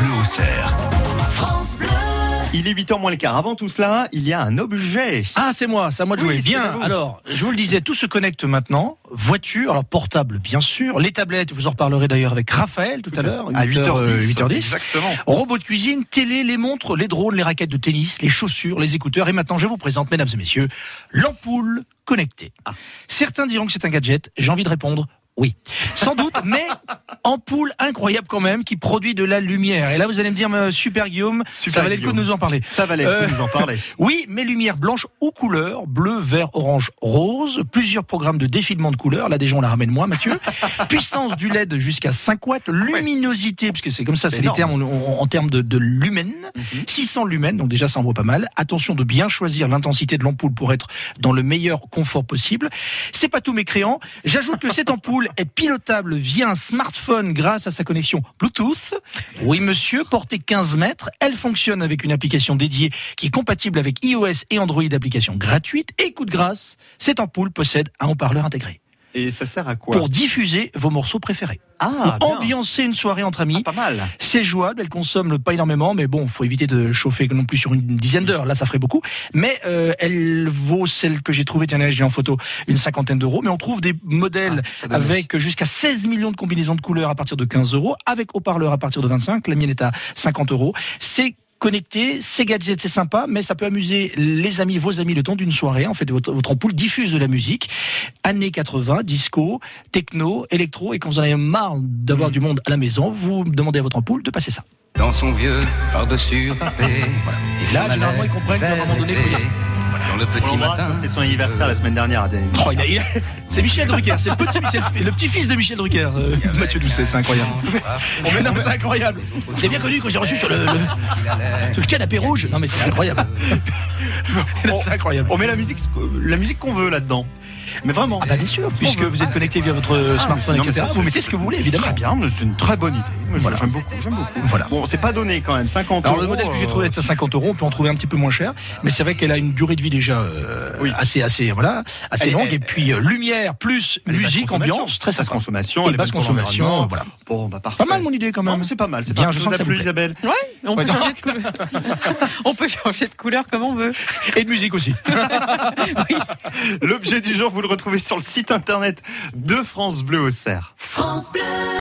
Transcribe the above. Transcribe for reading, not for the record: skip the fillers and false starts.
Bleu Auxerre. France Bleu. Il est 8h moins le quart. Avant tout cela, il y a un objet. Ah, c'est moi, c'est à moi de jouer. Oui, Bien, c'est à vous. alors, je vous le disais, tout se connecte maintenant. Voiture, alors portable, bien sûr. Les tablettes, vous en reparlerez d'ailleurs avec Raphaël tout à l'heure. À 8h10. 8h10. Exactement. Robots de cuisine, télé, les montres, les drones, les raquettes de tennis, les chaussures, les écouteurs. Et maintenant, je vous présente, mesdames et messieurs, l'ampoule connectée. Certains diront que c'est un gadget. J'ai envie de répondre oui. Sans doute, mais ampoule incroyable quand même, qui produit de la lumière. Et là, vous allez me dire, super Guillaume, Super ça valait le coup de Guillaume. nous en parler. Ça valait le coup de nous en parler. Oui, mais lumière blanche ou couleur, bleu, vert, orange, rose, plusieurs programmes de défilement de couleurs, là déjà on la ramène moins Mathieu, puissance du LED jusqu'à 5 watts, luminosité, parce que c'est comme ça, c'est les termes en termes de lumen, 600 lumens, donc déjà ça en vaut pas mal. Attention de bien choisir l'intensité de l'ampoule pour être dans le meilleur confort possible. C'est pas tout mécréant, j'ajoute que cette ampoule est pilotable via un smartphone grâce à sa connexion Bluetooth. Oui monsieur, portée 15 mètres, elle fonctionne avec une application dédiée qui est compatible avec iOS et Android, application gratuite. Et coup de grâce, cette ampoule possède un haut-parleur intégré. Et ça sert à quoi? Pour diffuser vos morceaux préférés. Ah, Ou bien. ambiancer une soirée entre amis. Pas mal. C'est jouable, elle consomme pas énormément, mais bon, faut éviter de chauffer non plus sur une dizaine d'heures. Là, ça ferait beaucoup. Mais elle vaut celle que j'ai trouvée, tiens, j'ai en photo, une 50aine d'euros. Mais on trouve des modèles avec jusqu'à 16 millions de combinaisons de couleurs à partir de 15 euros, avec haut-parleur à partir de 25. La mienne est à 50 euros. C'est connecté, c'est gadget, c'est sympa, mais ça peut amuser les amis, vos amis, le temps d'une soirée. En fait, votre ampoule diffuse de la musique, années 80, disco, techno, électro, et quand vous en avez marre d'avoir du monde à la maison, vous demandez à votre ampoule de passer ça. Dans son vieux par-dessus râpé. Et là, généralement, ils comprennent qu'à un moment donné, il faut y aller. Dans le petit On l'embrasse, matin. ça, c'était son anniversaire la semaine dernière. Oh, c'est Michel Drucker, c'est le petit-fils de Michel Drucker, Mathieu Doucet, c'est incroyable. Mais non, mais c'est incroyable. Je l'ai bien connu quand j'ai reçu sur le canapé rouge. Non, mais c'est incroyable. C'est incroyable. On met la musique qu'on veut là-dedans. Mais vraiment. Ah bah bien sûr, puisque vous êtes connecté via votre smartphone, non, mais etc. ça, Vous mettez ce que vous voulez, évidemment. Très bien, mais c'est une très bonne idée. Moi, Voilà. J'aime beaucoup. Voilà. Bon, c'est pas donné quand même. 50 Alors euros. le modèle que j'ai trouvé est à 50 euros, on peut en trouver un petit peu moins cher, mais c'est vrai qu'elle a une durée de vie déjà assez longue, et puis lumière plus Elle est basse musique, consommation. ambiance, très Basse sympa. consommation, Et elle est basse bonne pour consommation, l'environnement. voilà. Bon, bah parfait. Pas mal mon idée quand même. Non, mais c'est pas mal. C'est Bien, pas je mal. sens que ça vous plus, plaît. Isabelle. Ouais, on peut Ouais, changer de couleur. On peut changer de couleur comme on veut. Et de musique aussi. L'objet du jour, vous le retrouvez sur le site internet de France Bleu Auxerre. France Bleu.